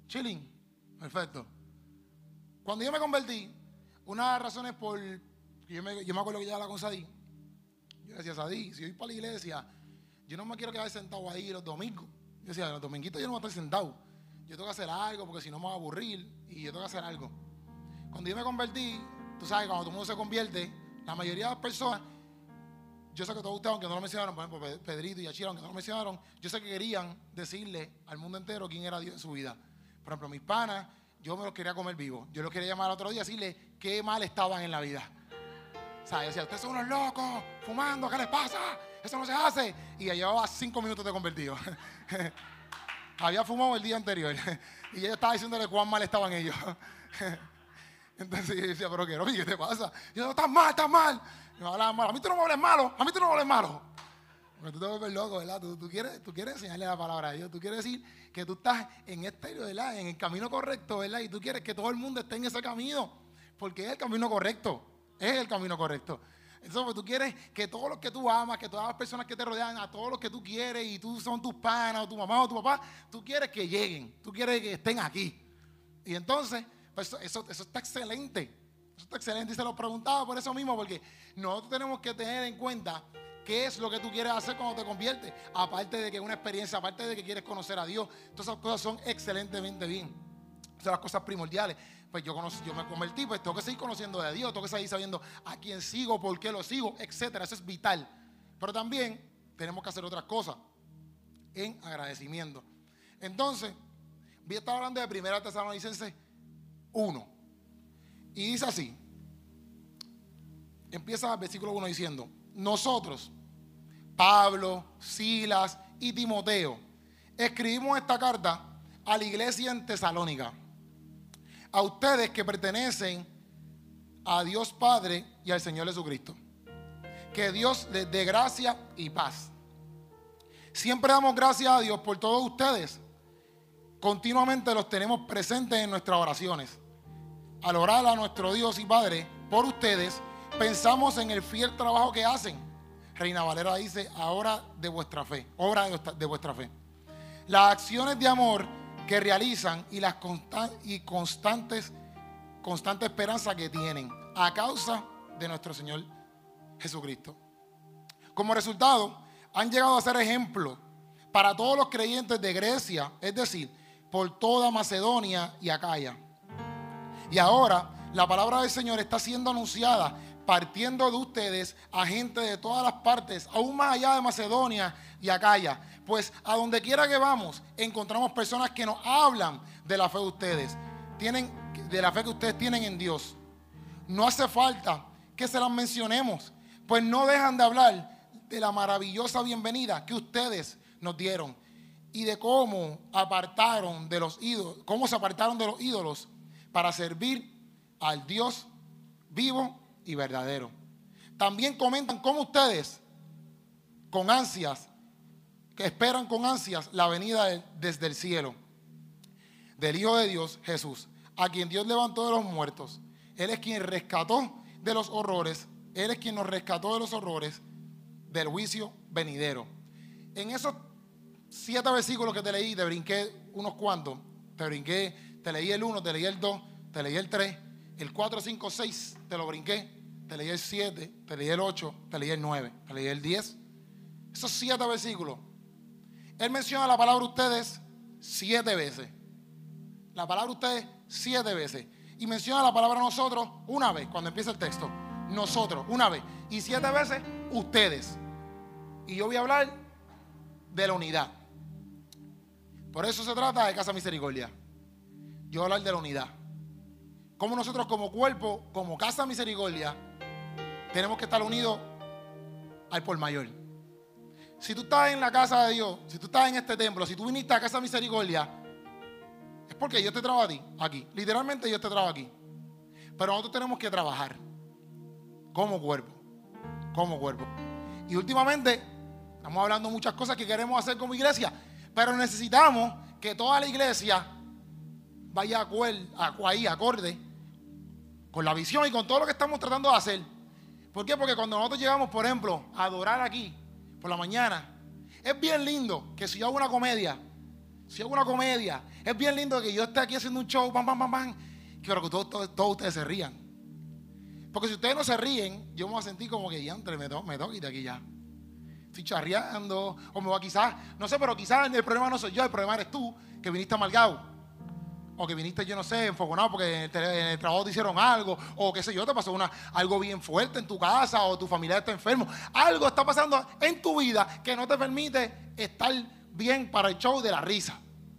Chilling. Perfecto. Cuando yo me convertí, una de las razones por que yo me acuerdo que yo hablaba con Sadí. Yo decía, Sadí, si yo voy para la iglesia, yo no me quiero quedar sentado ahí los domingos. Yo decía, los dominguitos yo no voy a estar sentado. Yo tengo que hacer algo porque si no me voy a aburrir y yo tengo que hacer algo. Cuando yo me convertí, tú sabes, cuando todo el mundo se convierte, la mayoría de las personas, yo sé que todos ustedes, aunque no lo mencionaron, por ejemplo, Pedrito y Achira, aunque no lo mencionaron, yo sé que querían decirle al mundo entero quién era Dios en su vida. Por ejemplo, mis panas, yo me los quería comer vivos. Yo los quería llamar al otro día y decirle qué mal estaban en la vida. O sea, yo decía, ustedes son unos locos, fumando, ¿qué les pasa? Eso no se hace. Y ya llevaba 5 minutos de convertido. Había fumado el día anterior. Y ella estaba diciéndole cuán mal estaban ellos. Entonces yo decía, pero ¿qué te pasa? Y yo, estás mal. Y me hablaban mal. A mí tú no me hables malo. Porque tú te vuelves loco, ¿verdad? Tú quieres enseñarle la palabra a Dios. Tú quieres decir que tú estás en ¿verdad? En el camino correcto, ¿verdad? Y tú quieres que todo el mundo esté en ese camino. Porque es el camino correcto. Es el camino correcto. Entonces, pues, tú quieres que todos los que tú amas, que todas las personas que te rodean, a todos los que tú quieres, y tú son tus panas, o tu mamá, o tu papá, tú quieres que lleguen. Tú quieres que estén aquí. Y entonces, pues eso está excelente. Eso está excelente. Y se lo preguntaba por eso mismo, porque nosotros tenemos que tener en cuenta qué es lo que tú quieres hacer cuando te conviertes. Aparte de que es una experiencia, aparte de que quieres conocer a Dios. Todas esas cosas son excelentemente bien. Esas son las cosas primordiales. Pues yo me convertí, pues tengo que seguir conociendo de Dios, tengo que seguir sabiendo a quién sigo, por qué lo sigo, etcétera. Eso es vital. Pero también tenemos que hacer otras cosas en agradecimiento. Entonces, voy a estar hablando de 1 Tesalonicenses 1. Y dice así. Empieza el versículo 1 diciendo: nosotros, Pablo, Silas y Timoteo, escribimos esta carta a la iglesia en Tesalónica, a ustedes que pertenecen a Dios Padre y al Señor Jesucristo. Que Dios les dé gracia y paz. Siempre damos gracias a Dios por todos ustedes. Continuamente los tenemos presentes en nuestras oraciones. Al orar a nuestro Dios y Padre por ustedes, pensamos en el fiel trabajo que hacen. Reina Valera dice, obra de vuestra fe. Las acciones de amor que realizan y las constante esperanza que tienen a causa de nuestro Señor Jesucristo. Como resultado, han llegado a ser ejemplo para todos los creyentes de Grecia, es decir, por toda Macedonia y Acaya. Y ahora la palabra del Señor está siendo anunciada partiendo de ustedes a gente de todas las partes, aún más allá de Macedonia y Acaya. Pues a donde quiera que vamos, encontramos personas que nos hablan de la fe de ustedes, de la fe que ustedes tienen en Dios. No hace falta que se las mencionemos, pues no dejan de hablar de la maravillosa bienvenida que ustedes nos dieron y de cómo se apartaron de los ídolos para servir al Dios vivo y verdadero. También comentan cómo ustedes que esperan con ansias la venida desde el cielo del Hijo de Dios, Jesús, a quien Dios levantó de los muertos. Él es quien rescató de los horrores, Él es quien nos rescató de los horrores del juicio venidero. En esos 7 versículos que te leí, te brinqué unos cuantos. Te leí el 1, te leí el 2, te leí el 3, el 4, 5, 6, te lo brinqué. Te leí el 7, te leí el 8, te leí el 9, te leí el 10. Esos 7 versículos. Él menciona la palabra ustedes 7 veces. La palabra ustedes 7 veces. Y menciona la palabra nosotros una vez, cuando empieza el texto. Nosotros, una vez. Y 7 veces ustedes. Y yo voy a hablar de la unidad. Por eso se trata de Casa Misericordia. Yo voy a hablar de la unidad. Cómo nosotros como cuerpo, como Casa Misericordia, tenemos que estar unidos al por mayor. Si tú estás en la casa de Dios, si tú estás en este templo, si tú viniste a Casa Misericordia, es porque Dios te trajo a ti, aquí. Literalmente Dios te trajo aquí. Pero nosotros tenemos que trabajar como cuerpo. Y últimamente estamos hablando de muchas cosas que queremos hacer como iglesia, pero necesitamos que toda la iglesia vaya acorde con la visión y con todo lo que estamos tratando de hacer. ¿Por qué? Porque cuando nosotros llegamos, por ejemplo, a adorar aquí por la mañana, es bien lindo que si yo hago una comedia, si hago una comedia, es bien lindo que yo esté aquí haciendo un show, pam, pam, pam, pam, quiero que todos ustedes se rían. Porque si ustedes no se ríen, yo me voy a sentir como que ya me tengo que ir de aquí ya. Estoy charreando, o me voy a quizás, no sé, pero quizás el problema no soy yo, el problema eres tú, que viniste amargado. O que viniste, yo no sé, enfogonado porque en el trabajo te hicieron algo, o qué sé yo, te pasó algo bien fuerte en tu casa, o tu familiar está enfermo. Algo está pasando en tu vida que no te permite estar bien para el show de la risa.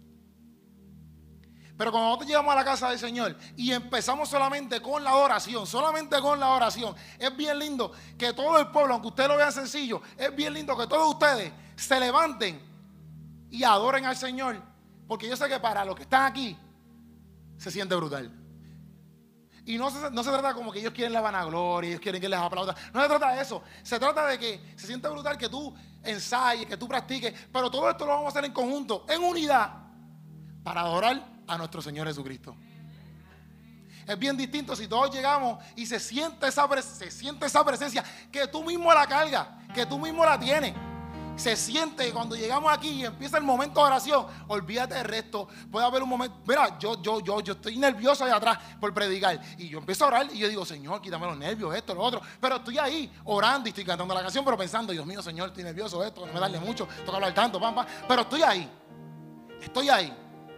Pero cuando nosotros llegamos a la casa del Señor y empezamos solamente con la oración, es bien lindo que todo el pueblo, aunque ustedes lo vean sencillo, es bien lindo que todos ustedes se levanten y adoren al Señor, porque yo sé que para los que están aquí se siente brutal. Y no se trata como que ellos quieren la vanagloria, ellos quieren que les aplaudan. No se trata de eso. Se trata de que se siente brutal que tú ensayes, que tú practiques, pero todo esto lo vamos a hacer en conjunto, en unidad, para adorar a nuestro Señor Jesucristo. Es bien distinto si todos llegamos y se siente esa presencia que tú mismo la cargas, que tú mismo la tienes. Se siente que cuando llegamos aquí y empieza el momento de oración, olvídate del resto. Puede haber un momento, mira, yo estoy nervioso allá atrás por predicar, y yo empiezo a orar y yo digo, Señor, quítame los nervios, esto, lo otro. Pero estoy ahí orando y estoy cantando la canción, pero pensando, Dios mío, Señor, estoy nervioso, esto, no me darle mucho, toca hablar tanto, pam, pam. Pero estoy ahí.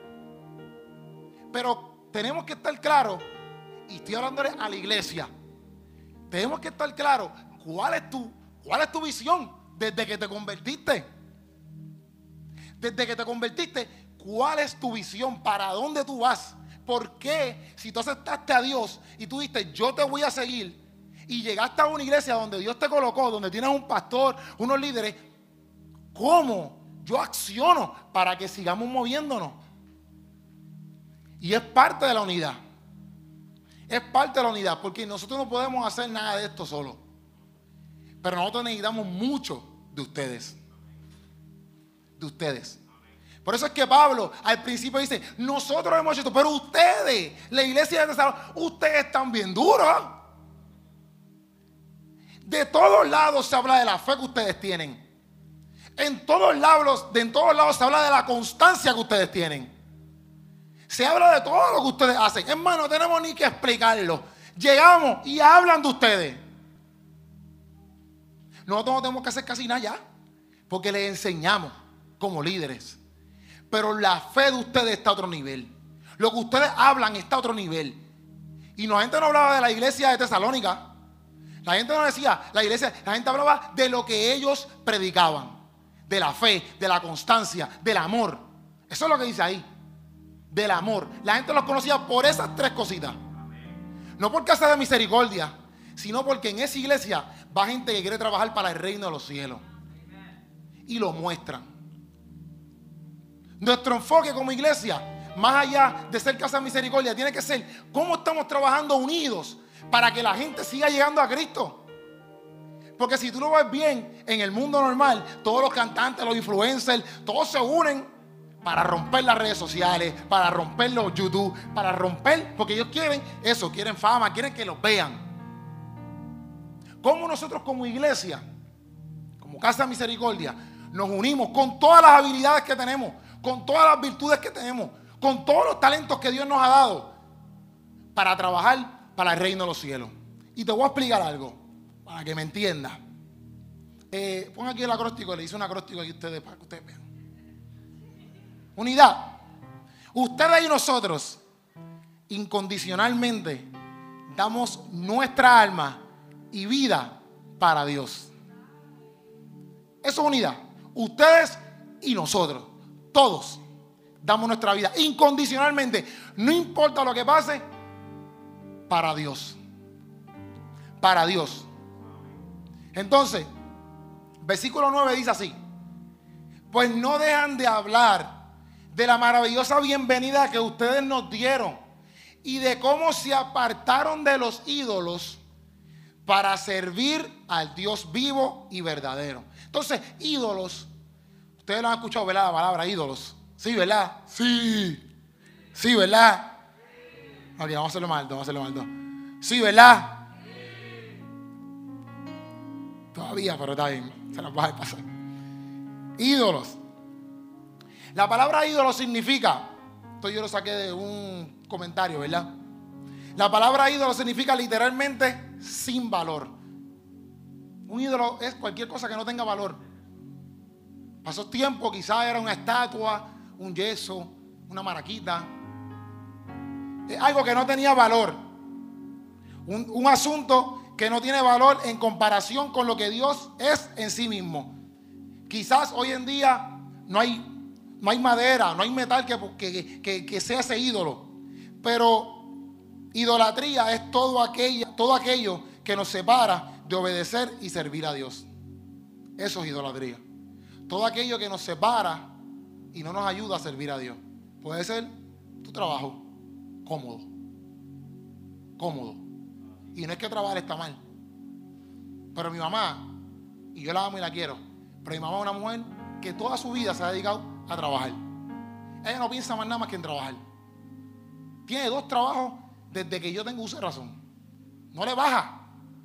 Pero tenemos que estar claros, y estoy hablándole a la iglesia, tenemos que estar claros cuál es tu visión desde que te convertiste. ¿Cuál es tu visión? ¿Para dónde tú vas? ¿Por qué si tú aceptaste a Dios y tú dijiste, yo te voy a seguir, y llegaste a una iglesia donde Dios te colocó, donde tienes un pastor, unos líderes, cómo yo acciono para que sigamos moviéndonos? Y es parte de la unidad. Es parte de la unidad, porque nosotros no podemos hacer nada de esto solo. Pero nosotros necesitamos mucho de ustedes. De ustedes. Por eso es que Pablo al principio dice, nosotros hemos hecho esto, pero ustedes, la iglesia de Tesalónica, ustedes están bien duros. De todos lados se habla de la fe que ustedes tienen. En todos lados se habla de la constancia que ustedes tienen. Se habla de todo lo que ustedes hacen. Es más, no tenemos ni que explicarlo. Llegamos y hablan de ustedes. Nosotros no tenemos que hacer casi nada ya, porque les enseñamos como líderes. Pero la fe de ustedes está a otro nivel. Lo que ustedes hablan está a otro nivel. Y la gente no hablaba de la iglesia de Tesalónica. La gente no decía la gente hablaba de lo que ellos predicaban. De la fe, de la constancia, del amor. Eso es lo que dice ahí. Del amor. La gente los conocía por esas tres cositas. No por casa de misericordia, sino porque en esa iglesia va gente que quiere trabajar para el reino de los cielos. Y lo muestran. Nuestro enfoque como iglesia, más allá de ser casa de misericordia, tiene que ser cómo estamos trabajando unidos para que la gente siga llegando a Cristo. Porque si tú lo ves bien, en el mundo normal, todos los cantantes, los influencers, todos se unen para romper las redes sociales, para romper los YouTube, para romper, porque ellos quieren eso, quieren fama, quieren que los vean. ¿Cómo nosotros como iglesia, como Casa de Misericordia, nos unimos con todas las habilidades que tenemos, con todas las virtudes que tenemos, con todos los talentos que Dios nos ha dado para trabajar para el reino de los cielos? Y te voy a explicar algo, para que me entiendas. Pon aquí el acróstico, le hice un acróstico aquí a ustedes para que ustedes vean. Unidad. Ustedes y nosotros incondicionalmente damos nuestra alma y vida para Dios. Eso es unidad. Ustedes y nosotros, todos damos nuestra vida incondicionalmente, no importa lo que pase, para Dios. Para Dios. Entonces, versículo 9 dice así: pues no dejan de hablar de la maravillosa bienvenida que ustedes nos dieron y de cómo se apartaron de los ídolos para servir al Dios vivo y verdadero. Entonces, ídolos, ustedes lo han escuchado, ¿verdad? La palabra ídolos. Sí, ¿verdad? Sí. Sí, ¿verdad? Ok, vamos a hacerlo mal, Sí, ¿verdad? Todavía, pero está bien. Se las va a pasar. Ídolos. La palabra ídolo significa, esto yo lo saqué de un comentario, ¿verdad? La palabra ídolo significa literalmente sin valor. Un ídolo es cualquier cosa que no tenga valor. Pasó tiempo, quizás era una estatua, un yeso, una maraquita. Algo que no tenía valor. Un asunto que no tiene valor en comparación con lo que Dios es en sí mismo. Quizás hoy en día no hay madera, no hay metal que sea ese ídolo. Pero idolatría es todo aquello que nos separa de obedecer y servir a Dios. Eso es idolatría. Todo aquello que nos separa y no nos ayuda a servir a Dios. Puede ser tu trabajo cómodo. Y no es que trabajar está mal. Pero mi mamá, y yo la amo y la quiero, pero mi mamá es una mujer que toda su vida se ha dedicado a trabajar. Ella no piensa más nada más que en trabajar. Tiene 2 trabajos desde que yo tengo uso de razón. No le baja.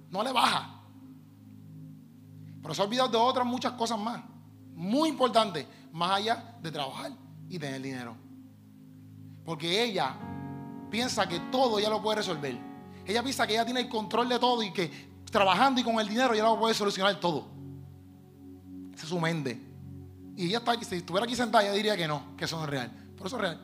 Pero se ha olvidado de otras muchas cosas más, muy importantes, más allá de trabajar y tener dinero. Porque ella piensa que todo ella lo puede resolver. Ella piensa que ella tiene el control de todo y que trabajando y con el dinero ella lo puede solucionar todo. Esa es su mente. Y ella está aquí, si estuviera aquí sentada, ella diría que no, que eso no es real. Pero eso es real.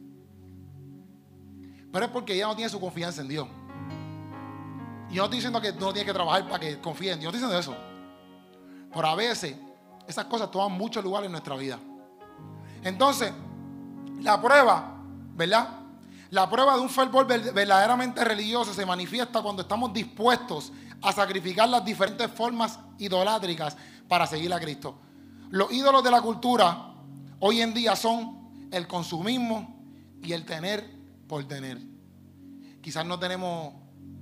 Pero es porque ella no tiene su confianza en Dios. Y yo no estoy diciendo que tú no tienes que trabajar para que confíes en Dios. No estoy diciendo eso. Pero a veces esas cosas toman mucho lugar en nuestra vida. Entonces, la prueba, ¿verdad? La prueba de un fervor verdaderamente religioso se manifiesta cuando estamos dispuestos a sacrificar las diferentes formas idolátricas para seguir a Cristo. Los ídolos de la cultura hoy en día son el consumismo y el tener por tener. Quizás no tenemos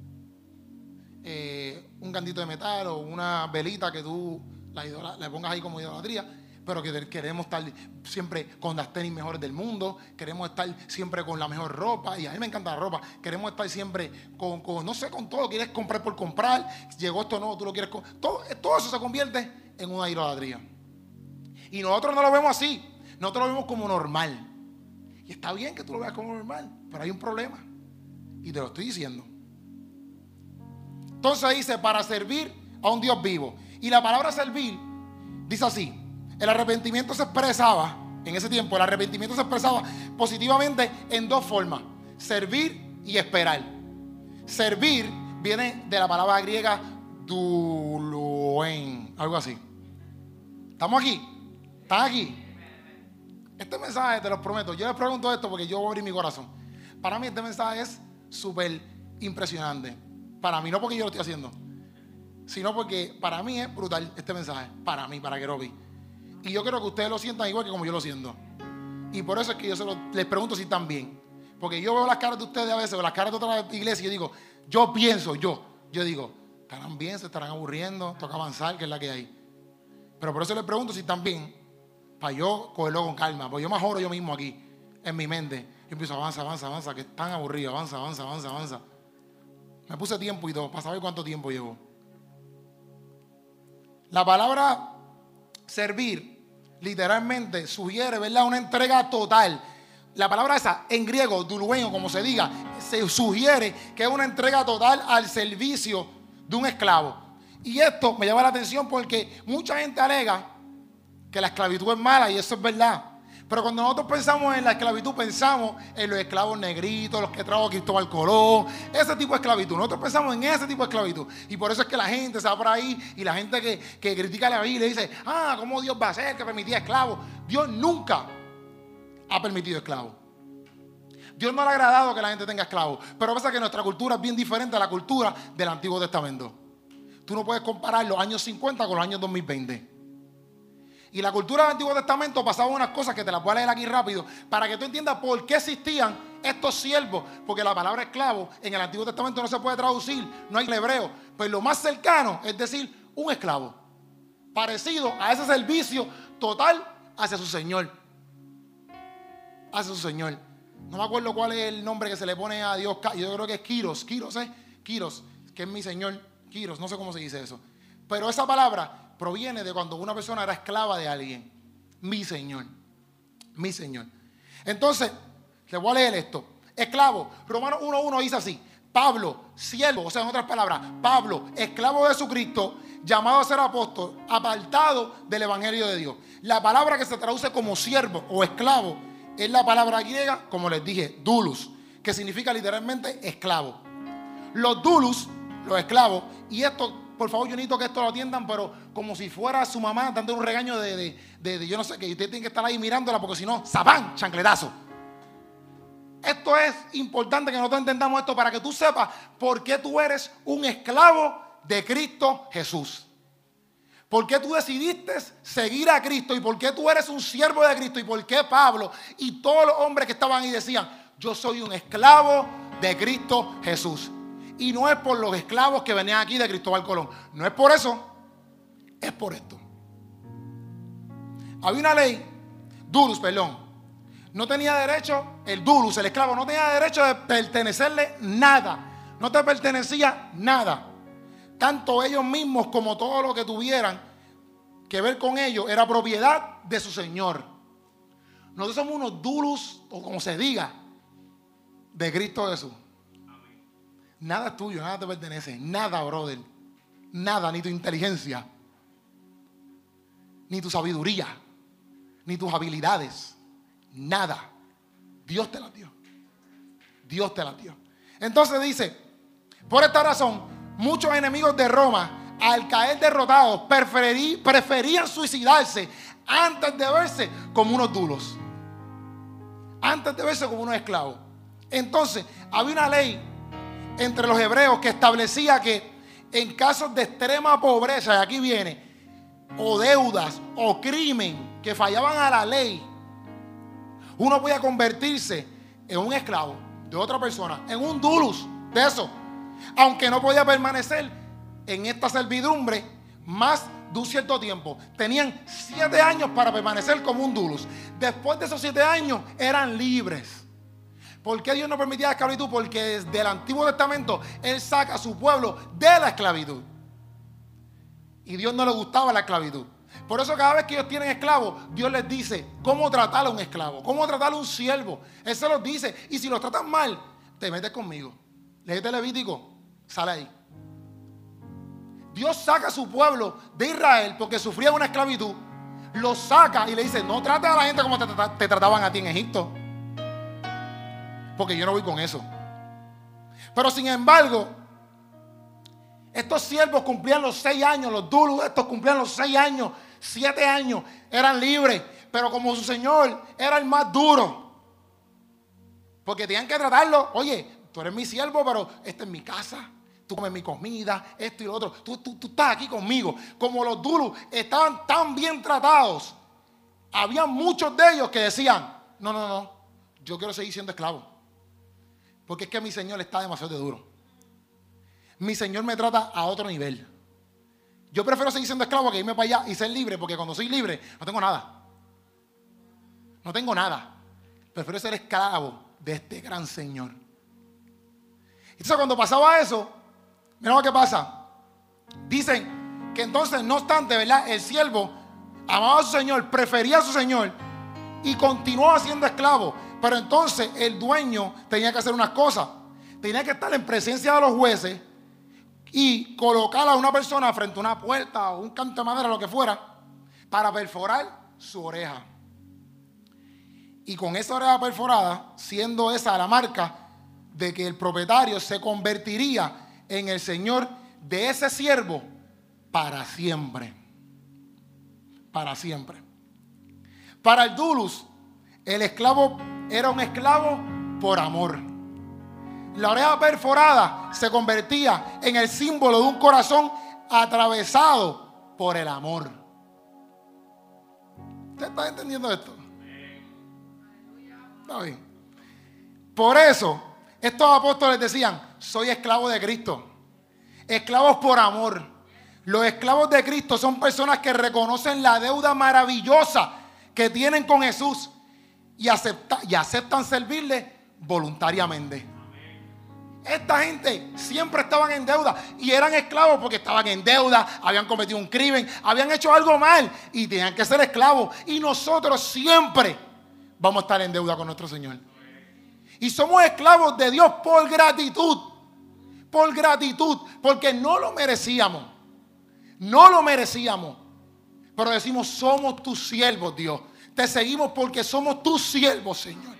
un candito de metal o una velita que tú le pongas ahí como idolatría, pero que queremos estar siempre con las tenis mejores del mundo, queremos estar siempre con la mejor ropa, y a mí me encanta la ropa, queremos estar siempre con no sé, con todo, quieres comprar por comprar, llegó esto nuevo, tú lo quieres, todo eso se convierte en una idolatría. Y nosotros no lo vemos así, nosotros lo vemos como normal. Y está bien que tú lo veas como normal, pero hay un problema, y te lo estoy diciendo. Entonces dice, para servir a un Dios vivo. Y la palabra servir dice así: el arrepentimiento se expresaba, en ese tiempo, el arrepentimiento se expresaba positivamente en 2 formas: servir y esperar. Servir viene de la palabra griega duluen, algo así. ¿Estamos aquí? ¿Están aquí? Este mensaje, te lo prometo, yo les pregunto esto porque yo voy a abrir mi corazón. Para mí este mensaje es súper impresionante. Para mí, no porque yo lo estoy haciendo, sino porque para mí es brutal este mensaje. Para mí, para Keropi. Y yo quiero que ustedes lo sientan igual que como yo lo siento. Y por eso es que yo les pregunto si están bien. Porque yo veo las caras de ustedes a veces, o las caras de otras iglesias, y yo digo, yo digo, ¿estarán bien? ¿Se estarán aburriendo? Toca avanzar, que es la que hay. Pero por eso les pregunto si están bien, para yo cogerlo con calma. Porque yo me joro yo mismo aquí, en mi mente. Yo empiezo, avanza, que están aburridos, avanza. Me puse tiempo y todo, para saber cuánto tiempo llevo. La palabra servir literalmente sugiere, ¿verdad?, una entrega total. La palabra esa en griego, dulueno, como se diga, se sugiere que es una entrega total al servicio de un esclavo. Y esto me llama la atención porque mucha gente alega que la esclavitud es mala, y eso es verdad. Pero cuando nosotros pensamos en la esclavitud, pensamos en los esclavos negritos, los que trajo Cristóbal Colón, ese tipo de esclavitud. Nosotros pensamos en ese tipo de esclavitud. Y por eso es que la gente se va por ahí, y la gente que critica la Biblia dice, ¿cómo Dios va a hacer que permitía esclavos? Dios nunca ha permitido esclavos. Dios no le ha agradado que la gente tenga esclavos. Pero pasa que nuestra cultura es bien diferente a la cultura del Antiguo Testamento. Tú no puedes comparar los años 50 con los años 2020. Y la cultura del Antiguo Testamento pasaba unas cosas que te las voy a leer aquí rápido para que tú entiendas por qué existían estos siervos. Porque la palabra esclavo en el Antiguo Testamento no se puede traducir, no hay en hebreo. Pues lo más cercano es decir un esclavo, parecido a ese servicio total hacia su Señor. Hacia su Señor. No me acuerdo cuál es el nombre que se le pone a Dios. Yo creo que es Quiros, que es mi Señor. Quiros, no sé cómo se dice eso. Pero esa palabra proviene de cuando una persona era esclava de alguien. Mi Señor. Mi Señor. Entonces, les voy a leer esto. Esclavo, Romanos 1:1 dice así: Pablo, siervo, o sea, en otras palabras, Pablo, esclavo de Jesucristo, llamado a ser apóstol, apartado del evangelio de Dios. La palabra que se traduce como siervo o esclavo es la palabra griega, como les dije, doulos, que significa literalmente esclavo. Los doulos, los esclavos, y esto, por favor, yo necesito que esto lo atiendan, pero como si fuera su mamá dando un regaño de yo no sé qué, y usted tiene que estar ahí mirándola, porque si no, ¡zapán! Chancletazo. Esto es importante que nosotros entendamos esto para que tú sepas por qué tú eres un esclavo de Cristo Jesús. ¿Por qué tú decidiste seguir a Cristo? ¿Y por qué tú eres un siervo de Cristo? ¿Y por qué Pablo y todos los hombres que estaban ahí decían: yo soy un esclavo de Cristo Jesús? Y no es por los esclavos que venían aquí de Cristóbal Colón. No es por eso. Es por esto. Había una ley, doulos, perdón. No tenía derecho, el doulos, el esclavo, no tenía derecho de pertenecerle nada. No te pertenecía nada. Tanto ellos mismos como todo lo que tuvieran que ver con ellos era propiedad de su señor. Nosotros somos unos doulos, o como se diga, de Cristo Jesús. Nada es tuyo, nada te pertenece, nada, brother. Nada, ni tu inteligencia, ni tu sabiduría, ni tus habilidades. Nada. Dios te las dio. Dios te las dio. Entonces dice: por esta razón, muchos enemigos de Roma, al caer derrotados, preferían suicidarse antes de verse como unos doulos, antes de verse como unos esclavos. Entonces, había una ley entre los hebreos que establecía que en casos de extrema pobreza, y aquí viene, o deudas, o crimen, que fallaban a la ley, uno podía convertirse en un esclavo de otra persona, en un doulos de eso, aunque no podía permanecer en esta servidumbre más de un cierto tiempo. Tenían 7 años para permanecer como un doulos. Después de esos 7 años eran libres. ¿Por qué Dios no permitía la esclavitud? Porque desde el Antiguo Testamento Él saca a su pueblo de la esclavitud. Y Dios no le gustaba la esclavitud. Por eso cada vez que ellos tienen esclavos, Dios les dice cómo tratar a un esclavo, cómo tratar a un siervo. Él se los dice. Y si los tratan mal, te metes conmigo. Léete Levítico, sale ahí. Dios saca a su pueblo de Israel porque sufría una esclavitud. Los saca y le dice: no trates a la gente como te trataban a ti en Egipto, porque yo no voy con eso. Pero sin embargo, estos siervos cumplían los 6 años, los doulos estos cumplían los 6 años, 7 años, eran libres. Pero como su señor era el más duro, porque tenían que tratarlo: oye, tú eres mi siervo, pero esta es mi casa, tú comes mi comida, esto y lo otro, tú estás aquí conmigo. Como los doulos estaban tan bien tratados, había muchos de ellos que decían: no, yo quiero seguir siendo esclavo, porque es que mi señor está demasiado duro. Mi señor me trata a otro nivel. Yo prefiero seguir siendo esclavo que irme para allá y ser libre, porque cuando soy libre no tengo nada. No tengo nada. Prefiero ser esclavo de este gran Señor. Entonces, cuando pasaba eso, mira lo que pasa. Dicen que entonces, no obstante, ¿verdad?, el siervo amaba a su señor, prefería a su señor y continuaba siendo esclavo. Pero entonces el dueño tenía que hacer unas cosas. Tenía que estar en presencia de los jueces y colocar a una persona frente a una puerta o un canto de madera, lo que fuera, para perforar su oreja. Y con esa oreja perforada, siendo esa la marca de que el propietario se convertiría en el señor de ese siervo para siempre. Para siempre. Para el doulos, el esclavo era un esclavo por amor. La oreja perforada se convertía en el símbolo de un corazón atravesado por el amor. ¿Usted está entendiendo esto? ¿Está bien? Por eso, estos apóstoles decían: soy esclavo de Cristo. Esclavos por amor. Los esclavos de Cristo son personas que reconocen la deuda maravillosa que tienen con Jesús y aceptan servirle voluntariamente. Esta gente siempre estaban en deuda y eran esclavos porque estaban en deuda, habían cometido un crimen, habían hecho algo mal y tenían que ser esclavos. Y nosotros siempre vamos a estar en deuda con nuestro Señor. Y somos esclavos de Dios por gratitud. Por gratitud, porque no lo merecíamos. No lo merecíamos. Pero decimos, somos tus siervos, Dios. Te seguimos porque somos tus siervos, Señor.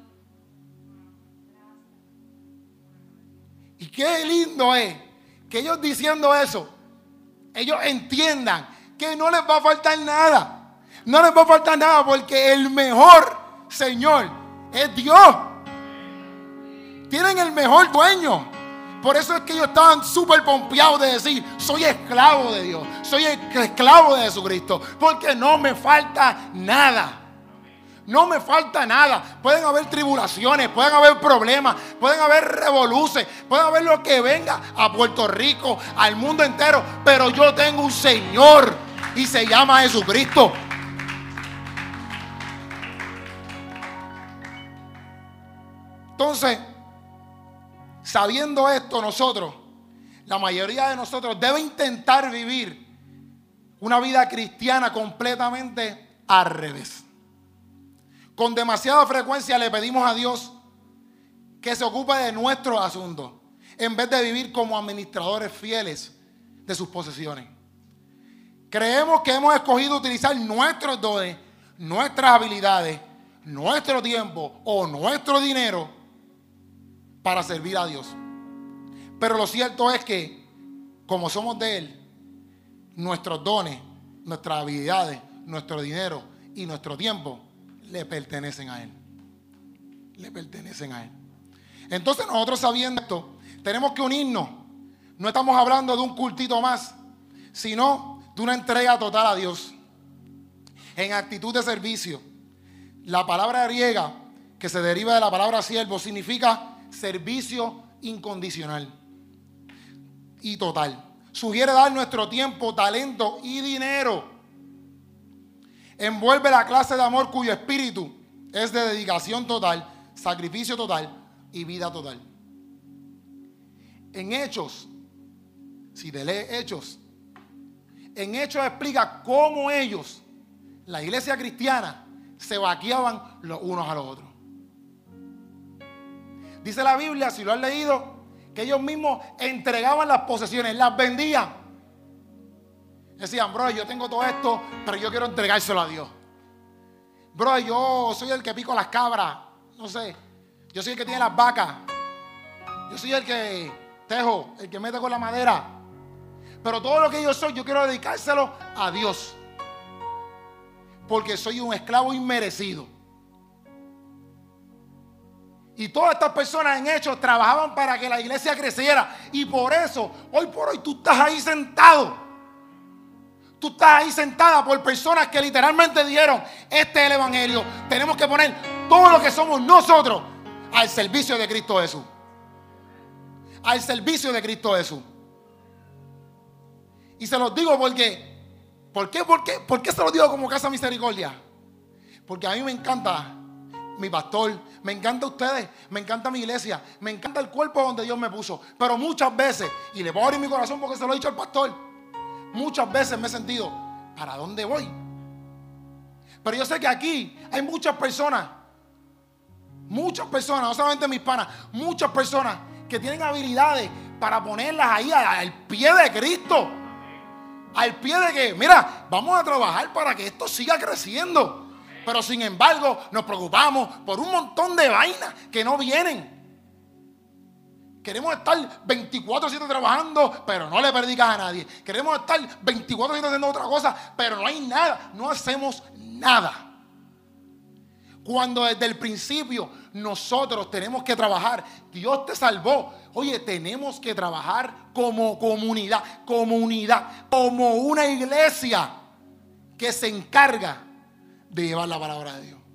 Y qué lindo es que ellos diciendo eso, ellos entiendan que no les va a faltar nada. No les va a faltar nada porque el mejor Señor es Dios. Tienen el mejor dueño. Por eso es que ellos estaban súper pompeados de decir, soy esclavo de Dios, soy esclavo de Jesucristo, porque no me falta nada. No me falta nada. Pueden haber tribulaciones, pueden haber problemas, pueden haber revoluciones, pueden haber lo que venga a Puerto Rico, al mundo entero, pero yo tengo un Señor y se llama Jesucristo. Entonces, sabiendo esto, nosotros, la mayoría de nosotros debe intentar vivir una vida cristiana completamente al revés. Con demasiada frecuencia le pedimos a Dios que se ocupe de nuestros asuntos, en vez de vivir como administradores fieles de sus posesiones. Creemos que hemos escogido utilizar nuestros dones, nuestras habilidades, nuestro tiempo o nuestro dinero para servir a Dios. Pero lo cierto es que, como somos de Él, nuestros dones, nuestras habilidades, nuestro dinero y nuestro tiempo le pertenecen a Él. Le pertenecen a Él. Entonces nosotros, sabiendo esto, tenemos que unirnos. No estamos hablando de un cultito más, sino de una entrega total a Dios, en actitud de servicio. La palabra griega, que se deriva de la palabra siervo, significa servicio incondicional y total. Sugiere dar nuestro tiempo, talento y dinero. Envuelve la clase de amor cuyo espíritu es de dedicación total, sacrificio total y vida total. En Hechos, si te lees Hechos, en Hechos explica cómo ellos, la iglesia cristiana, se vaqueaban los unos a los otros. Dice la Biblia, si lo has leído, que ellos mismos entregaban las posesiones, las vendían. Decían, bro, yo tengo todo esto, pero yo quiero entregárselo a Dios. Bro, yo soy el que pico las cabras, no sé. Yo soy el que tiene las vacas. Yo soy el que tejo, el que mete con la madera. Pero todo lo que yo soy, yo quiero dedicárselo a Dios. Porque soy un esclavo inmerecido. Y todas estas personas en Hechos trabajaban para que la iglesia creciera. Y por eso, hoy por hoy, tú estás ahí sentado. Tú estás ahí sentada por personas que literalmente dijeron, este es el evangelio. Tenemos que poner todo lo que somos nosotros al servicio de Cristo Jesús. Al servicio de Cristo Jesús. Y se los digo porque, ¿por qué se los digo como Casa Misericordia? Porque a mí me encanta mi pastor, me encanta ustedes, me encanta mi iglesia, me encanta el cuerpo donde Dios me puso. Pero muchas veces, y le puedo abrir mi corazón porque se lo he dicho al pastor, muchas veces me he sentido, ¿para dónde voy? Pero yo sé que aquí hay muchas personas, no solamente mis panas, muchas personas que tienen habilidades para ponerlas ahí al pie de Cristo. Al pie de que, mira, vamos a trabajar para que esto siga creciendo. Pero sin embargo, nos preocupamos por un montón de vainas que no vienen. Queremos estar 24/7 trabajando, pero no le predicas a nadie. Queremos estar 24/7 haciendo otra cosa, pero no hay nada. No hacemos nada. Cuando desde el principio nosotros tenemos que trabajar. Dios te salvó. Oye, tenemos que trabajar como comunidad, como una iglesia que se encarga de llevar la palabra de Dios.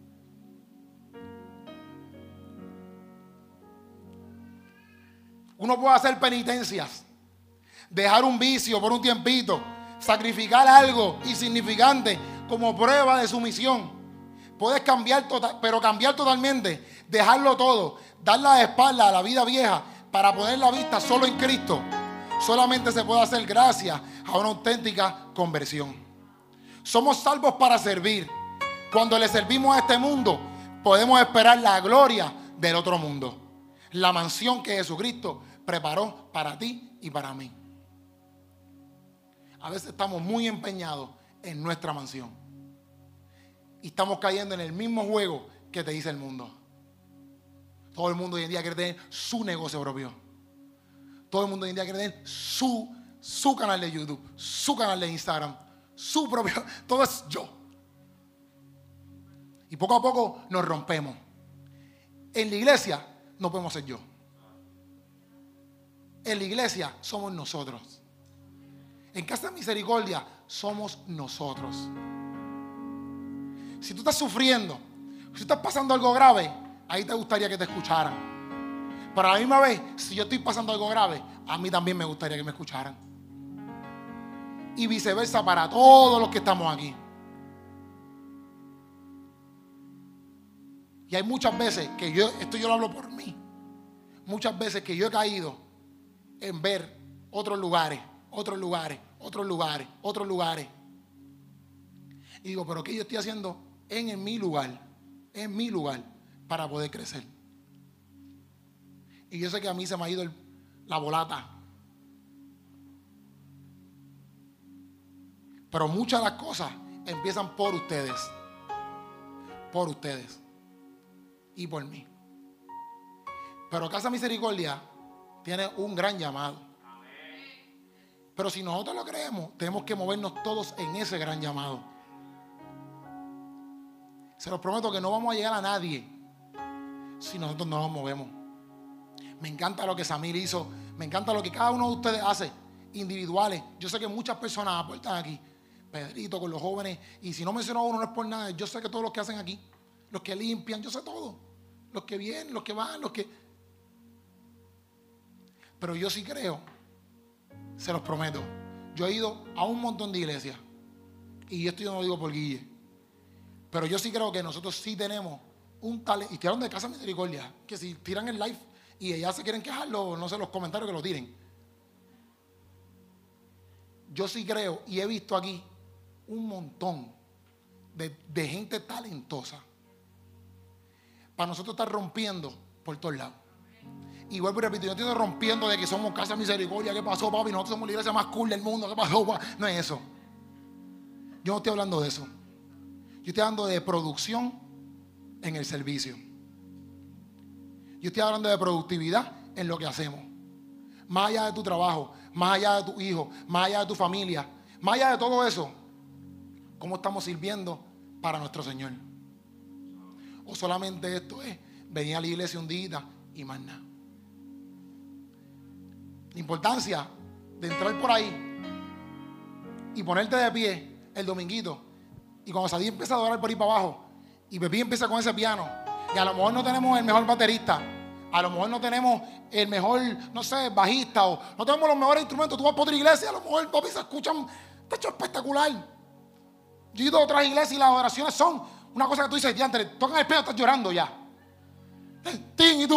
Uno puede hacer penitencias, dejar un vicio por un tiempito, sacrificar algo insignificante como prueba de sumisión. Puedes cambiar pero cambiar totalmente, dejarlo todo, dar la espalda a la vida vieja para poner la vista solo en Cristo. Solamente se puede hacer gracias a una auténtica conversión. Somos salvos para servir. Cuando le servimos a este mundo, podemos esperar la gloria del otro mundo. La mansión que Jesucristo preparó para ti y para mí. A veces estamos muy empeñados en nuestra mansión. Y estamos cayendo en el mismo juego que te dice el mundo. Todo el mundo hoy en día quiere tener su negocio propio. Todo el mundo hoy en día quiere tener su canal de YouTube, su canal de Instagram, su propio. Todo es yo. Y poco a poco nos rompemos. En la iglesia no podemos ser yo. En la iglesia somos nosotros. En Casa de Misericordia somos nosotros. Si tú estás sufriendo, si estás pasando algo grave, ahí te gustaría que te escucharan. Pero a la misma vez, si yo estoy pasando algo grave, a mí también me gustaría que me escucharan. Y viceversa para todos los que estamos aquí. Y hay muchas veces que esto yo lo hablo por mí, muchas veces que yo he caído en ver otros lugares. Y digo, pero ¿qué yo estoy haciendo en mi lugar para poder crecer? Y yo sé que a mí se me ha ido la volata. Pero muchas de las cosas empiezan por ustedes. Por ustedes. Y por mí. Pero Casa Misericordia tiene un gran llamado. Pero si nosotros lo creemos, tenemos que movernos todos en ese gran llamado. Se los prometo que no vamos a llegar a nadie si nosotros no nos movemos. Me encanta lo que Samir hizo. Me encanta lo que cada uno de ustedes hace, individuales. Yo sé que muchas personas aportan aquí. Pedrito con los jóvenes. Y si no menciono a uno no es por nada. Yo sé que todos los que hacen aquí, los que limpian, yo sé todo. Los que vienen, los que van, los que... Pero yo sí creo, se los prometo. Yo he ido a un montón de iglesias. Y esto yo no lo digo por Guille. Pero yo sí creo que nosotros sí tenemos un talento. Y tiraron de Casa Misericordia. Que si tiran el live y ellas se quieren quejar, no sé, los comentarios que lo tiren. Yo sí creo y he visto aquí un montón de gente talentosa. Para nosotros estar rompiendo por todos lados. Y vuelvo y repito, yo estoy rompiendo de que somos Casa Misericordia. ¿Qué pasó, papi? Nosotros somos la iglesia más cool del mundo. ¿Qué pasó, papi? No es eso. Yo no estoy hablando de eso. Yo estoy hablando de producción en el servicio. Yo estoy hablando de productividad en lo que hacemos. Más allá de tu trabajo, más allá de tu hijo, más allá de tu familia, más allá de todo eso, ¿cómo estamos sirviendo para nuestro Señor? O solamente esto es venir a la iglesia un día y más nada. La importancia de entrar por ahí y ponerte de pie el dominguito. Y cuando Sadie empieza a adorar por ahí para abajo y Pepí empieza con ese piano, y a lo mejor no tenemos el mejor baterista, a lo mejor no tenemos el mejor, no sé, bajista, o no tenemos los mejores instrumentos. Tú vas por otra iglesia, a lo mejor, papi, se escuchan, está hecho espectacular. Yo he ido a otras iglesias y las adoraciones son una cosa que tú dices, diantre, tocan el piano, estás llorando ya. ¡Tin! Y tú...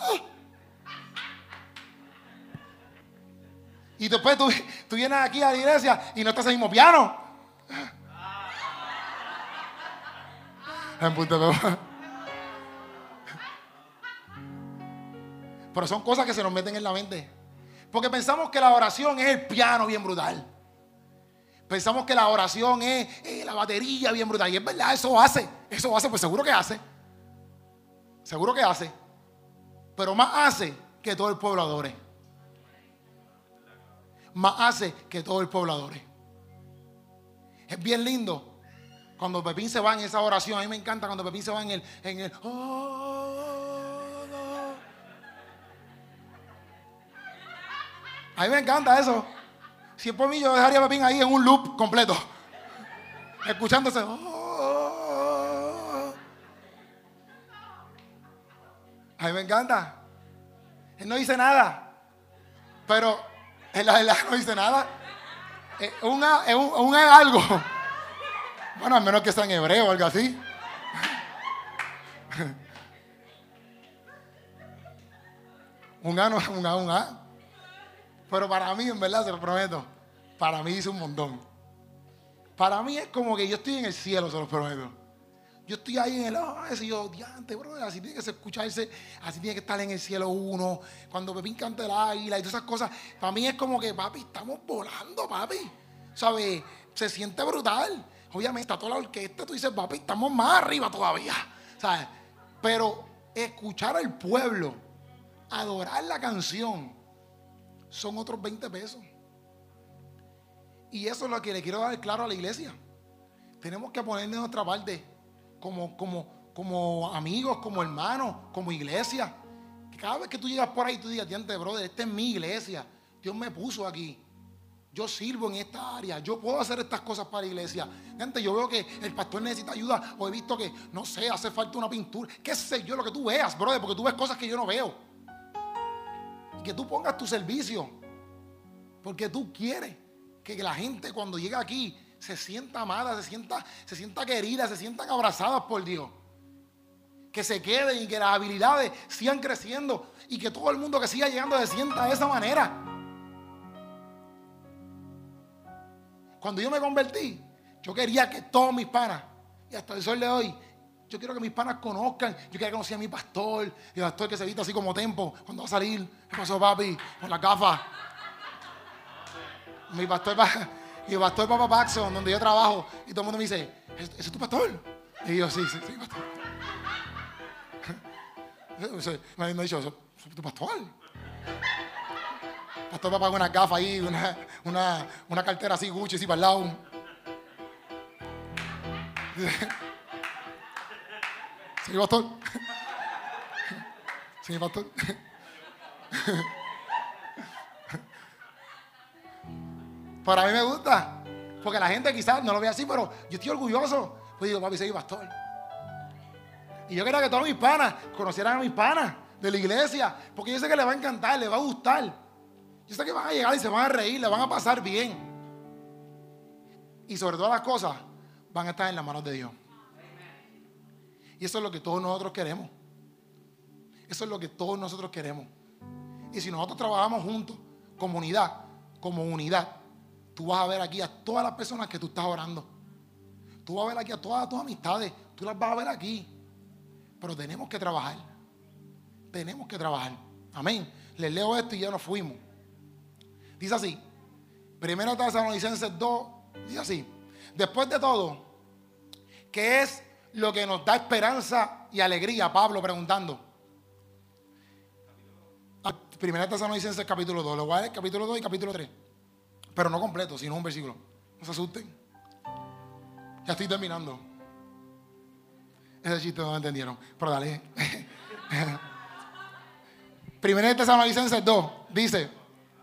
Y después tú vienes aquí a la iglesia y no estás en el mismo piano. Pero son cosas que se nos meten en la mente. Porque pensamos que la oración es el piano bien brutal. Pensamos que la oración es la batería bien brutal. Y es verdad, eso hace, pues seguro que hace. Seguro que hace. Pero más hace que todo el pueblo adore. Más hace que todo el pueblo adore. Es bien lindo cuando Pepín se va en esa oración. A mí me encanta cuando Pepín se va en el a mí me encanta eso. Si es por mí, yo dejaría a Pepín ahí en un loop completo, escuchándose. A mí me encanta. Él no dice nada, pero en la verdad no dice nada. Es algo. Bueno, al menos que sea en hebreo o algo así. un A. Pero para mí, en verdad, se lo prometo, para mí dice un montón. Para mí es como que yo estoy en el cielo, se lo prometo. yo estoy ahí en el ese y yo, diante, brother, así tiene que escucharse, así tiene que estar en el cielo uno, cuando Pepín canta el águila y todas esas cosas. Para mí es como que, papi, estamos volando, papi. ¿Sabes? Se siente brutal. Obviamente está toda la orquesta, tú dices, papi, estamos más arriba todavía. ¿Sabes? Pero escuchar al pueblo, adorar la canción, son otros 20 pesos. Y eso es lo que le quiero dar claro a la iglesia. Tenemos que poner de nuestra parte como amigos, como hermanos, como iglesia. Que cada vez que tú llegas por ahí, tú digas, diante, brother, esta es mi iglesia. Dios me puso aquí. Yo sirvo en esta área. Yo puedo hacer estas cosas para la iglesia. Gente, yo veo que el pastor necesita ayuda. O he visto que, no sé, hace falta una pintura. Qué sé yo, lo que tú veas, brother, porque tú ves cosas que yo no veo. Y que tú pongas tu servicio. Porque tú quieres que la gente cuando llega aquí se sienta amada, se sienta querida, se sientan abrazadas por Dios. Que se queden y que las habilidades sigan creciendo y que todo el mundo que siga llegando se sienta de esa manera. Cuando yo me convertí, yo quería que todos mis panas, y hasta el sol de hoy, yo quiero que mis panas conozcan. Yo quiero que conozcan a mi pastor, el pastor que se viste así como Tempo cuando va a salir. ¿Qué pasó, papi? Con las gafas. Mi pastor Papa Paxson, donde yo trabajo, y todo el mundo me dice, ¿ese es tu pastor? Y yo, sí, pastor. Me han dicho, ¿eso es tu pastor? Pastor Papa con una gafa ahí, una cartera así, Gucci, así para el lado. Sí, pastor. Sí, pastor. Para mí me gusta, porque la gente quizás no lo ve así, pero yo estoy orgulloso. Pues digo, papi, soy pastor. Y yo quería que todos mis panas conocieran a mis panas de la iglesia, porque yo sé que les va a encantar, les va a gustar. Yo sé que van a llegar y se van a reír, les van a pasar bien. Y sobre todas las cosas, van a estar en las manos de Dios. Y eso es lo que todos nosotros queremos. Eso es lo que todos nosotros queremos. Y si nosotros trabajamos juntos, comunidad, como unidad, tú vas a ver aquí a todas las personas que tú estás orando. Tú vas a ver aquí a todas tus amistades. Tú las vas a ver aquí. Pero tenemos que trabajar. Tenemos que trabajar. Amén. Les leo esto y ya nos fuimos. Dice así. 1 Tesalonicenses 2. Dice así. Después de todo, ¿qué es lo que nos da esperanza y alegría? Pablo preguntando. 1 Tesalonicenses capítulo 2. Lo voy a leer capítulo 2 y capítulo 3. Pero no completo, sino un versículo. No se asusten. Ya estoy terminando. Ese chiste no lo entendieron. Pero dale. 1 Tesalonicenses 2 dice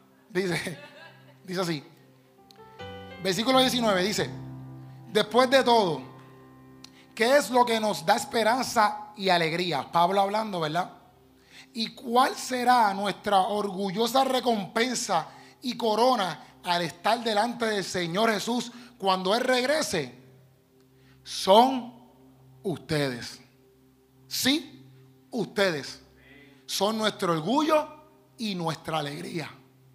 así. Versículo 19 dice: después de todo, ¿qué es lo que nos da esperanza y alegría? Pablo hablando, ¿verdad? ¿Y cuál será nuestra orgullosa recompensa y corona al estar delante del Señor Jesús cuando Él regrese? Son ustedes. Sí, ustedes son nuestro orgullo y nuestra alegría.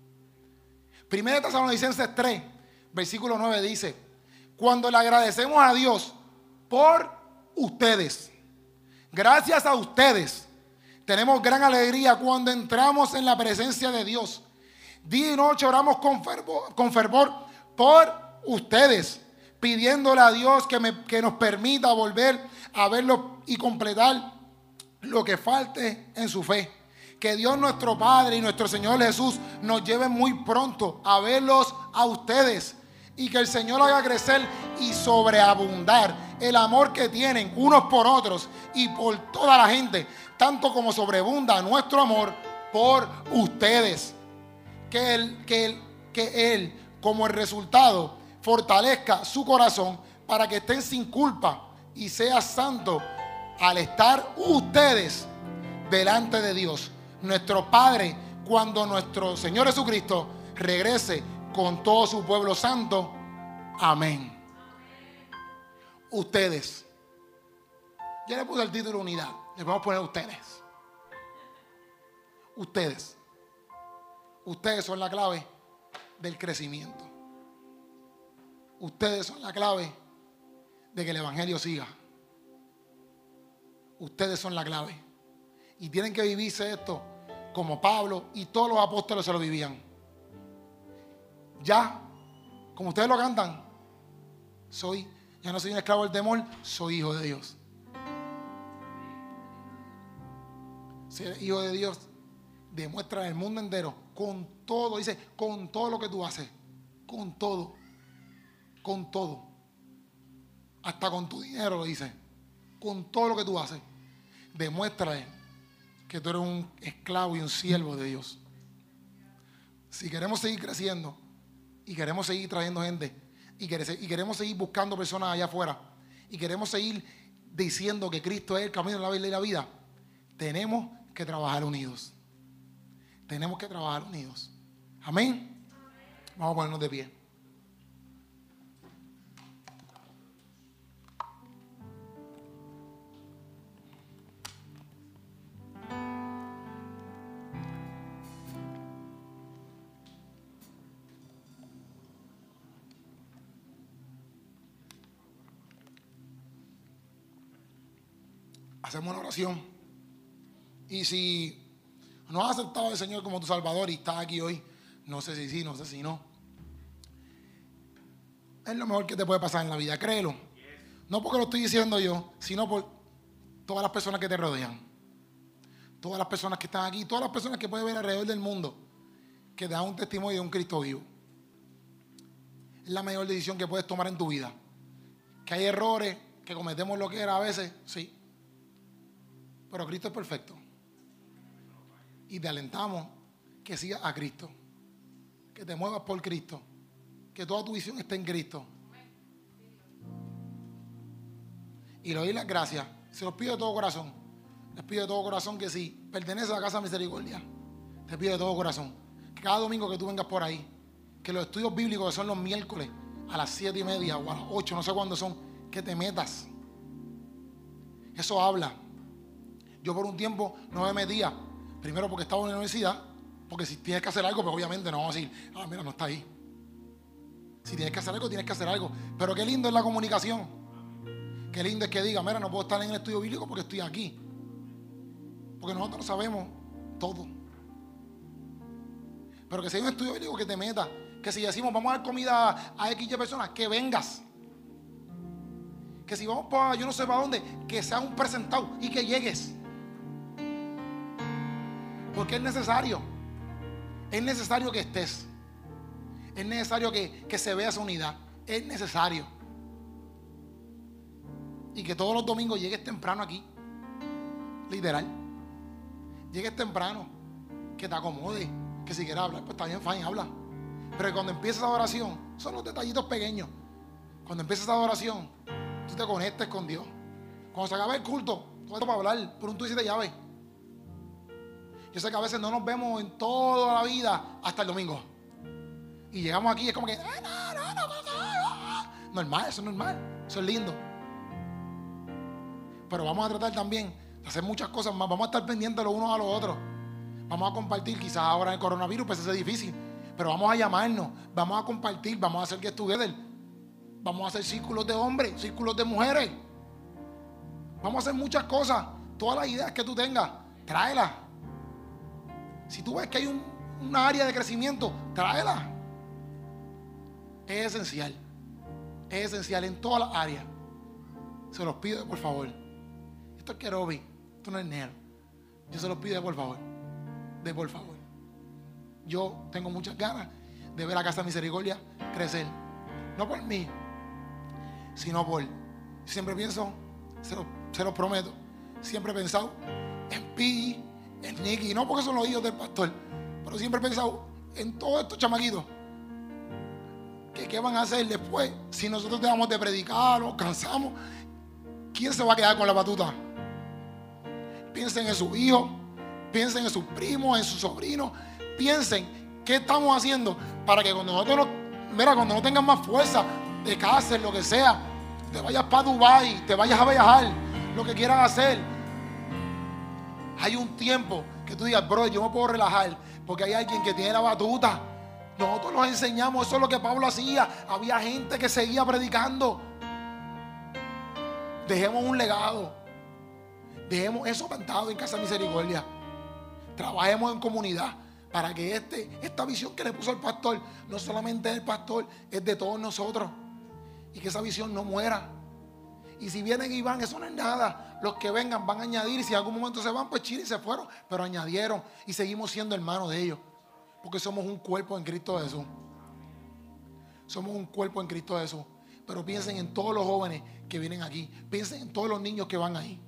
1 Tesalonicenses 3, versículo 9 dice: cuando le agradecemos a Dios por ustedes, gracias a ustedes, tenemos gran alegría cuando entramos en la presencia de Dios. Día y noche oramos con fervor por ustedes, pidiéndole a Dios que nos permita volver a verlo y completar lo que falte en su fe. Que Dios nuestro Padre y nuestro Señor Jesús nos lleve muy pronto a verlos a ustedes. Y que el Señor haga crecer y sobreabundar el amor que tienen unos por otros y por toda la gente, tanto como sobreabunda nuestro amor por ustedes. Que Él, como el resultado, fortalezca su corazón para que estén sin culpa y sea santo al estar ustedes delante de Dios, nuestro Padre, cuando nuestro Señor Jesucristo regrese con todo su pueblo santo. Amén. Ustedes. Yo le puse el título unidad. Le vamos a poner ustedes. Ustedes. Ustedes son la clave del crecimiento. Ustedes son la clave de que el evangelio siga. Ustedes son la clave. Y tienen que vivirse esto como Pablo y todos los apóstoles se lo vivían. Ya, como ustedes lo cantan, ya no soy un esclavo del temor, soy hijo de Dios. Ser hijo de Dios demuestra en el mundo entero, con todo, dice, con todo lo que tú haces, con todo, hasta con tu dinero lo dice, con todo lo que tú haces, demuéstrale que tú eres un esclavo y un siervo de Dios. Si queremos seguir creciendo y queremos seguir trayendo gente y queremos seguir buscando personas allá afuera y queremos seguir diciendo que Cristo es el camino, la verdad y la vida, tenemos que trabajar unidos. Tenemos que trabajar unidos. Amén. Vamos a ponernos de pie. Hacemos una oración. Y si no has aceptado al Señor como tu Salvador y estás aquí hoy, no sé si sí, no sé si no, es lo mejor que te puede pasar en la vida, créelo. No porque lo estoy diciendo yo, sino por todas las personas que te rodean, todas las personas que están aquí, todas las personas que puedes ver alrededor del mundo, que te dan un testimonio de un Cristo vivo. Es la mejor decisión que puedes tomar en tu vida. Que hay errores, que cometemos lo que era a veces, sí, pero Cristo es perfecto. Y te alentamos que sigas a Cristo, que te muevas por Cristo, que toda tu visión esté en Cristo. Y le doy las gracias, se los pido de todo corazón. Les pido de todo corazón que si perteneces a la Casa Misericordia, te pido de todo corazón que cada domingo que tú vengas por ahí, que los estudios bíblicos que son los miércoles a las 7:30 o a las 8, no sé cuándo son, que te metas. Eso habla. Yo por un tiempo no me metía. Primero porque estaba en la universidad, porque si tienes que hacer algo, pues obviamente no vamos a decir, mira, no está ahí. Si tienes que hacer algo, tienes que hacer algo. Pero qué lindo es la comunicación. Qué lindo es que diga, mira, no puedo estar en el estudio bíblico porque estoy aquí. Porque nosotros no sabemos todo. Pero que si hay un estudio bíblico que te meta, que si decimos vamos a dar comida a X personas, que vengas. Que si vamos para yo no sé para dónde, que sea un presentado y que llegues. Porque es necesario que estés, es necesario que se vea esa unidad, es necesario. Y que todos los domingos llegues temprano aquí, literal, llegues temprano, que te acomode, que si quieres hablar, pues está bien, fine, habla. Pero que cuando empieces la oración, son los detallitos pequeños, cuando empieces la oración, tú te conectes con Dios. Cuando se acabe el culto, todo esto para hablar, por un tú y siete llaves. Yo sé que a veces no nos vemos en toda la vida hasta el domingo. Y llegamos aquí y es como que, normal, eso es normal, eso es lindo. Pero vamos a tratar también de hacer muchas cosas más. Vamos a estar pendientes los unos a los otros. Vamos a compartir, quizás ahora en el coronavirus pues es difícil, pero vamos a llamarnos, vamos a compartir, vamos a hacer get together. Vamos a hacer círculos de hombres, círculos de mujeres. Vamos a hacer muchas cosas. Todas las ideas que tú tengas, tráelas. Si tú ves que hay una área de crecimiento, tráela. Es esencial en todas las áreas. Se los pido por favor. Esto es Kerobi, esto no es Nero. Yo se los pido por favor. Por favor. Yo tengo muchas ganas de ver la Casa Misericordia crecer. No por mí, sino por... Siempre pienso, se los prometo, siempre he pensado en Pi, en Nicky, no porque son los hijos del pastor, pero siempre he pensado en todos estos chamaquitos. ¿Qué van a hacer después? Si nosotros dejamos de predicar, nos cansamos, ¿quién se va a quedar con la batuta? Piensen en sus hijos, piensen en sus primos, en sus sobrinos, piensen qué estamos haciendo para que cuando nosotros cuando no tengan más fuerza de cárcel, lo que sea, te vayas para Dubái, te vayas a viajar, lo que quieras hacer. Hay un tiempo que tú digas, bro, yo me puedo relajar porque hay alguien que tiene la batuta. Nosotros los enseñamos, eso es lo que Pablo hacía. Había gente que seguía predicando. Dejemos un legado. Dejemos eso plantado en Casa Misericordia. Trabajemos en comunidad para que esta visión que le puso el pastor, no solamente del pastor, es de todos nosotros. Y que esa visión no muera. Y si vienen y van, eso no es nada. Los que vengan van a añadir. Y si en algún momento se van, pues chile, se fueron. Pero añadieron y seguimos siendo hermanos de ellos. Porque somos un cuerpo en Cristo Jesús. Somos un cuerpo en Cristo Jesús. Pero piensen en todos los jóvenes que vienen aquí. Piensen en todos los niños que van ahí.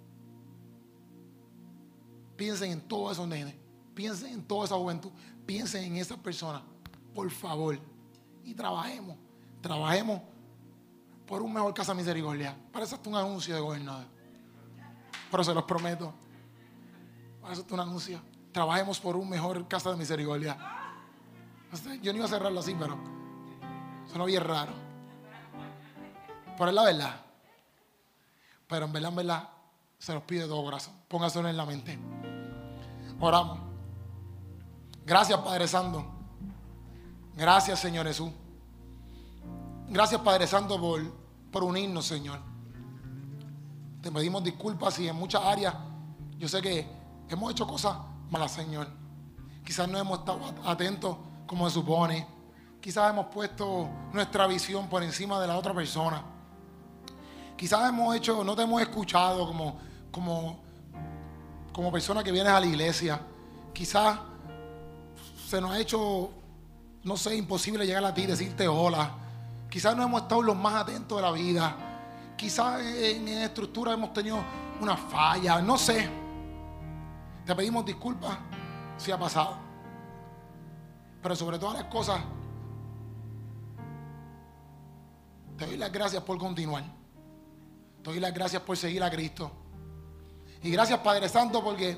Piensen en todos esos nenes. Piensen en toda esa juventud. Piensen en esas personas. Por favor. Y trabajemos. Trabajemos por un mejor Casa Misericordia. Parece hasta un anuncio de gobernador. Pero se los prometo. Parece hasta un anuncio. Trabajemos por un mejor Casa de Misericordia. Yo no iba a cerrarlo así, pero sonó bien raro. Pero es la verdad. Pero en verdad, se los pide de todo corazón. Póngaselo en la mente. Oramos. Gracias, Padre Santo. Gracias, Señor Jesús. Gracias, Padre Santo, por unirnos, Señor. Te pedimos disculpas si en muchas áreas yo sé que hemos hecho cosas malas, Señor. Quizás no hemos estado atentos como se supone. Quizás hemos puesto nuestra visión por encima de la otra persona. Quizás no te hemos escuchado como persona que vienes a la iglesia. Quizás se nos ha hecho, no sé, imposible llegar a ti y decirte hola. Quizás no hemos estado los más atentos de la vida. Quizás en estructura hemos tenido una falla, no sé. Te pedimos disculpas si ha pasado. Pero sobre todas las cosas, te doy las gracias por continuar. Te doy las gracias por seguir a Cristo. Y gracias, Padre Santo, porque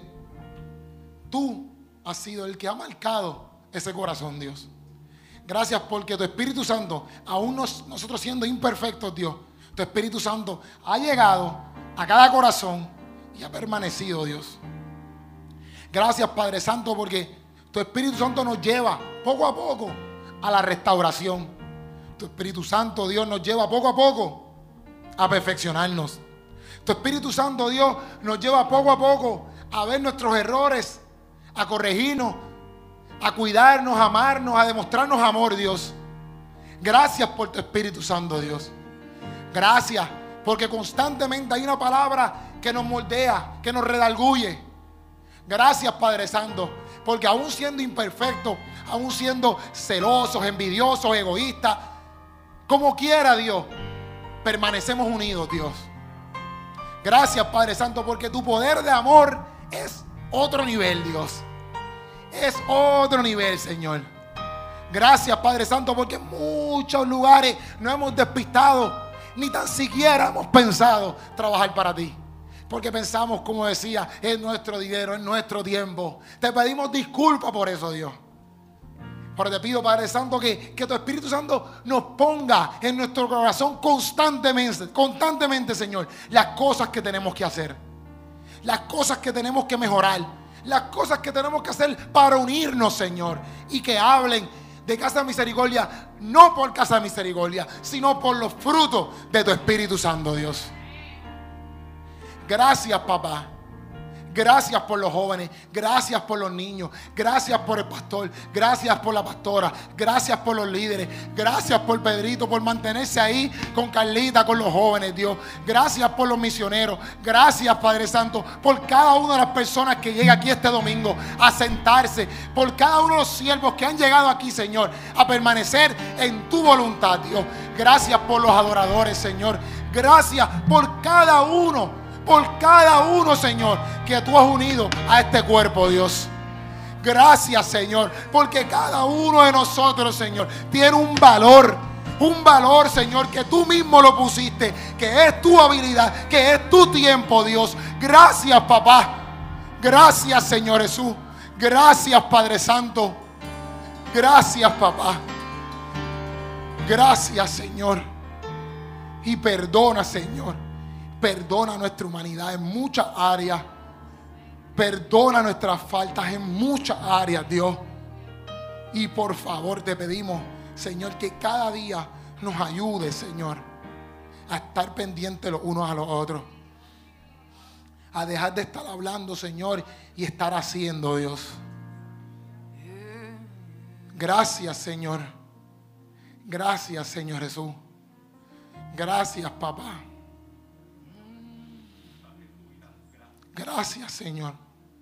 tú has sido el que ha marcado ese corazón, Dios. Gracias porque tu Espíritu Santo, aún nosotros siendo imperfectos, Dios, tu Espíritu Santo ha llegado a cada corazón y ha permanecido, Dios. Gracias, Padre Santo, porque tu Espíritu Santo nos lleva poco a poco a la restauración. Tu Espíritu Santo, Dios, nos lleva poco a poco a perfeccionarnos. Tu Espíritu Santo, Dios, nos lleva poco a poco a ver nuestros errores, a corregirnos, a cuidarnos, a amarnos, a demostrarnos amor, Dios. Gracias por tu Espíritu Santo, Dios. Gracias porque constantemente hay una palabra que nos moldea, que nos redarguye. Gracias, Padre Santo, porque aún siendo imperfectos, aún siendo celosos, envidiosos, egoístas, como quiera, Dios, permanecemos unidos, Dios. Gracias, Padre Santo, porque tu poder de amor es otro nivel, Dios. Es otro nivel, Señor. Gracias, Padre Santo, porque en muchos lugares no hemos despistado, ni tan siquiera hemos pensado trabajar para ti. Porque pensamos, como decía, es nuestro dinero, es nuestro tiempo. Te pedimos disculpas por eso, Dios. Pero te pido, Padre Santo, que tu Espíritu Santo nos ponga en nuestro corazón constantemente, Señor, las cosas que tenemos que hacer, las cosas que tenemos que mejorar, las cosas que tenemos que hacer para unirnos, Señor, y que hablen de Casa Misericordia, no por Casa Misericordia, sino por los frutos de tu Espíritu Santo, Dios. Gracias, papá. Gracias por los jóvenes, gracias por los niños, gracias por el pastor, gracias por la pastora, gracias por los líderes, gracias por Pedrito, por mantenerse ahí con Carlita, con los jóvenes, Dios. Gracias por los misioneros, gracias, Padre Santo, por cada una de las personas que llega aquí este domingo a sentarse, por cada uno de los siervos que han llegado aquí, Señor, a permanecer en tu voluntad, Dios. Gracias por los adoradores, Señor. Gracias por cada uno, Señor, que tú has unido a este cuerpo, Dios. Gracias, Señor, porque cada uno de nosotros, Señor, tiene un valor, Señor, que tú mismo lo pusiste, que es tu habilidad, que es tu tiempo, Dios. Gracias, papá. Gracias, Señor Jesús. Gracias, Padre Santo. Gracias, papá. Gracias, Señor. Y perdona, Señor. Perdona nuestra humanidad en muchas áreas. Perdona nuestras faltas en muchas áreas, Dios. Y por favor te pedimos, Señor, que cada día nos ayude, Señor, a estar pendientes los unos a los otros. a dejar de estar hablando, Señor, y estar haciendo, Dios. Gracias, Señor. Gracias, Señor Jesús. Gracias, papá. Gracias, Señor.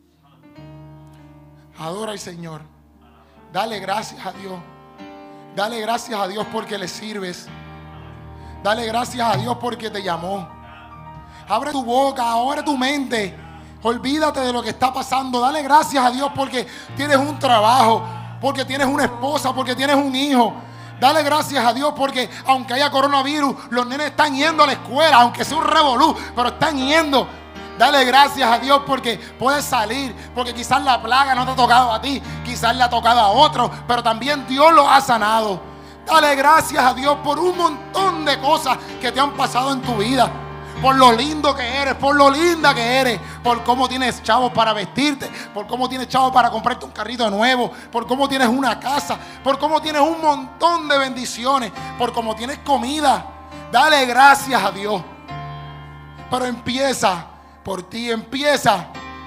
Adora al Señor. Dale gracias a Dios. Dale gracias a Dios porque le sirves. Dale gracias a Dios porque te llamó. Abre tu boca, abre tu mente. Olvídate de lo que está pasando. Dale gracias a Dios porque tienes un trabajo, porque tienes una esposa, porque tienes un hijo. Dale gracias a Dios porque aunque haya coronavirus, los nenes están yendo a la escuela, aunque sea un revolú, pero están yendo. Dale gracias a Dios porque puedes salir, porque quizás la plaga no te ha tocado a ti, quizás le ha tocado a otro, pero también Dios lo ha sanado. Dale gracias a Dios por un montón de cosas que te han pasado en tu vida. Por lo lindo que eres, por lo linda que eres, por cómo tienes chavos para vestirte, por cómo tienes chavos para comprarte un carrito nuevo, por cómo tienes una casa, por cómo tienes un montón de bendiciones, por cómo tienes comida. Dale gracias a Dios. Pero empieza por ti, empieza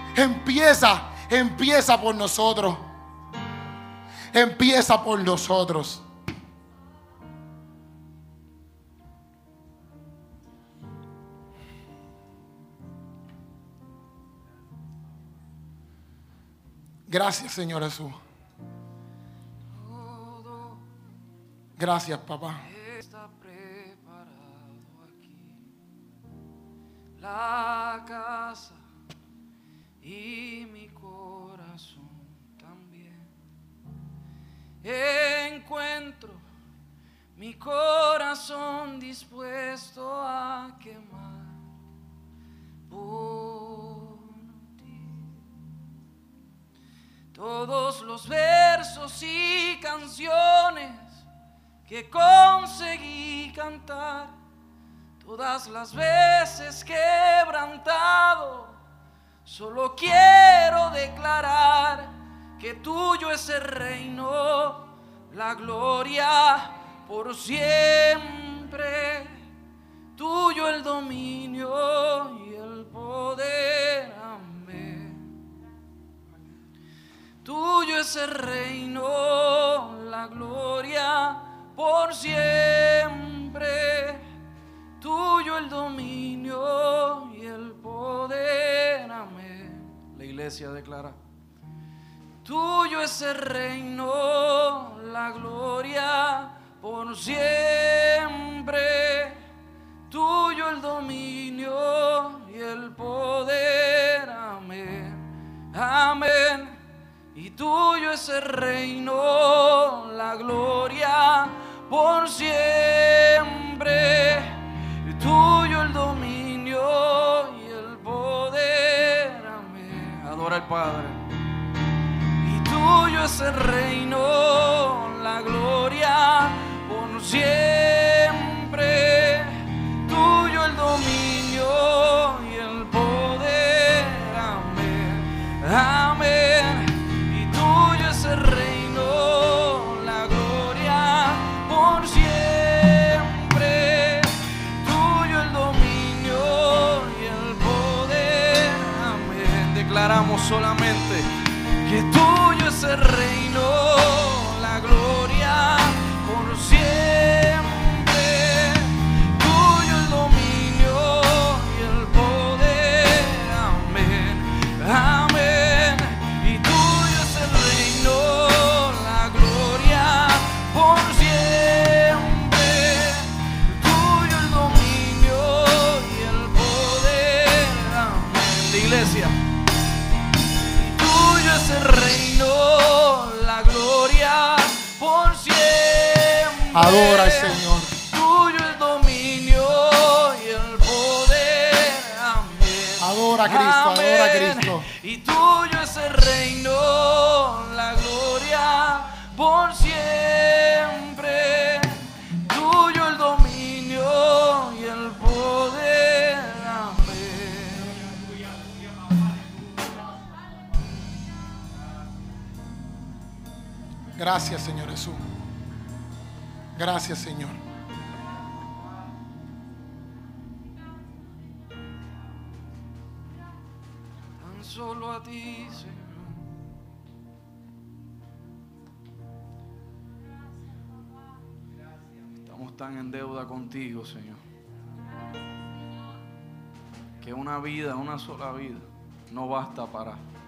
por nosotros. Empieza por nosotros. Gracias, Señor Jesús. Gracias, papá. Está preparado aquí la casa y mi corazón también. Encuentro mi corazón dispuesto a quemar por ti. Todos los versos y canciones que conseguí cantar, todas las veces quebrantado, solo quiero declarar que tuyo es el reino, la gloria por siempre, tuyo el dominio y el poder. Tuyo es el reino, la gloria por siempre. Tuyo el dominio y el poder. Amén. La iglesia declara. Tuyo es el reino, la gloria por siempre. Tuyo el dominio y el poder. Amén. Amén. Y tuyo es el reino, la gloria por siempre. Y tuyo el dominio y el poder. Amén. Adora al Padre. Y tuyo es el reino, la gloria por siempre. Tuyo el dominio y el poder. Amén. Amén. El reino, la gloria por siempre, tuyo el dominio y el poder. Amén. Declaramos solamente que tuyo es el reino, la gloria por siempre, tuyo el dominio y el poder. Amén. Amén. Y tuyo es el reino, la gloria por siempre, tuyo el dominio y el poder. Amén. La iglesia. Y tuyo es el reino, la gloria por siempre. Adora al Señor. Tuyo el dominio y el poder. Amén. Adora a Cristo, adora a Cristo. Y tuyo es el reino, la gloria por siempre. Tuyo el dominio y el poder. Amén. Gracias, Señor Jesús. Gracias, Señor. a ti, Señor. Estamos tan en deuda contigo, Señor, que una vida, una sola vida, no basta para